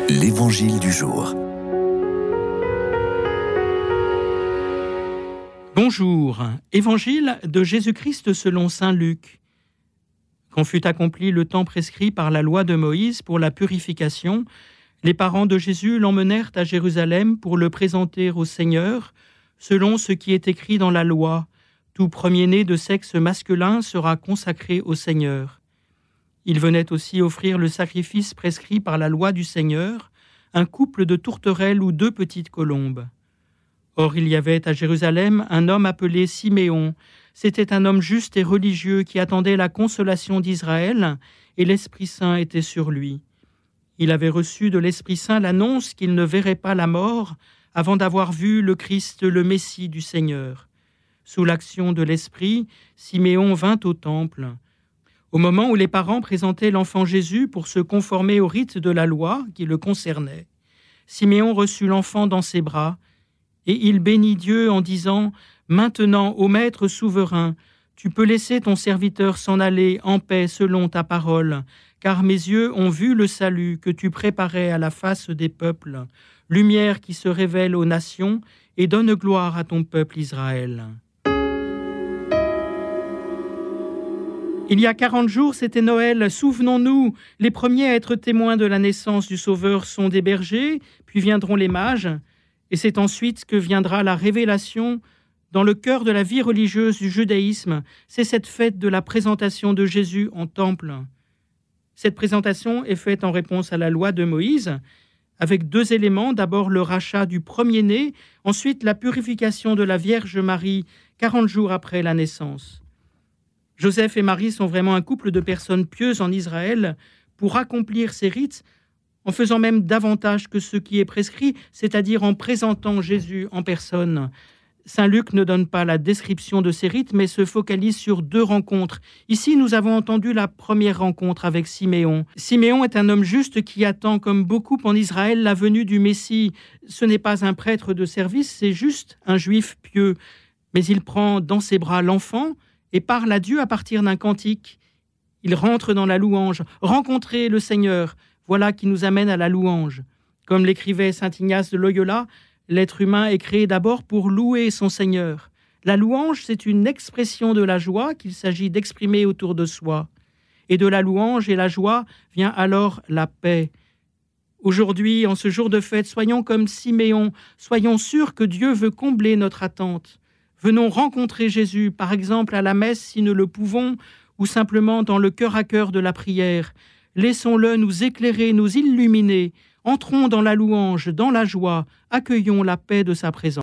L'Évangile du jour. Bonjour, Évangile de Jésus-Christ selon saint Luc. Quand fut accompli le temps prescrit par la loi de Moïse pour la purification, les parents de Jésus l'emmenèrent à Jérusalem pour le présenter au Seigneur, selon ce qui est écrit dans la loi. Tout premier-né de sexe masculin sera consacré au Seigneur. Il venait aussi offrir le sacrifice prescrit par la loi du Seigneur, un couple de tourterelles ou 2 petites colombes. Or il y avait à Jérusalem un homme appelé Siméon. C'était un homme juste et religieux qui attendait la consolation d'Israël, et l'Esprit Saint était sur lui. Il avait reçu de l'Esprit Saint l'annonce qu'il ne verrait pas la mort avant d'avoir vu le Christ, le Messie du Seigneur. Sous l'action de l'Esprit, Siméon vint au temple. Au moment où les parents présentaient l'enfant Jésus pour se conformer au rite de la loi qui le concernait, Siméon reçut l'enfant dans ses bras, et il bénit Dieu en disant « Maintenant, ô Maître souverain, tu peux laisser ton serviteur s'en aller en paix selon ta parole, car mes yeux ont vu le salut que tu préparais à la face des peuples, lumière qui se révèle aux nations et donne gloire à ton peuple Israël. » Il y a 40 jours, c'était Noël. Souvenons-nous, les premiers à être témoins de la naissance du Sauveur sont des bergers, puis viendront les mages, et c'est ensuite que viendra la révélation dans le cœur de la vie religieuse du judaïsme. C'est cette fête de la présentation de Jésus en temple. Cette présentation est faite en réponse à la loi de Moïse, avec 2 éléments. D'abord le rachat du premier-né, ensuite la purification de la Vierge Marie 40 jours après la naissance. Joseph et Marie sont vraiment un couple de personnes pieuses en Israël pour accomplir ces rites, en faisant même davantage que ce qui est prescrit, c'est-à-dire en présentant Jésus en personne. Saint Luc ne donne pas la description de ces rites, mais se focalise sur 2 rencontres. Ici, nous avons entendu la première rencontre avec Siméon. Siméon est un homme juste qui attend, comme beaucoup en Israël, la venue du Messie. Ce n'est pas un prêtre de service, c'est juste un juif pieux. Mais il prend dans ses bras l'enfant et parle à Dieu à partir d'un cantique. Il rentre dans la louange. Rencontrer le Seigneur, voilà qui nous amène à la louange. Comme l'écrivait saint Ignace de Loyola, l'être humain est créé d'abord pour louer son Seigneur. La louange, c'est une expression de la joie qu'il s'agit d'exprimer autour de soi. Et de la louange et la joie vient alors la paix. Aujourd'hui, en ce jour de fête, soyons comme Siméon, soyons sûrs que Dieu veut combler notre attente. Venons rencontrer Jésus, par exemple à la messe si nous le pouvons, ou simplement dans le cœur à cœur de la prière. Laissons-le nous éclairer, nous illuminer. Entrons dans la louange, dans la joie, accueillons la paix de sa présence.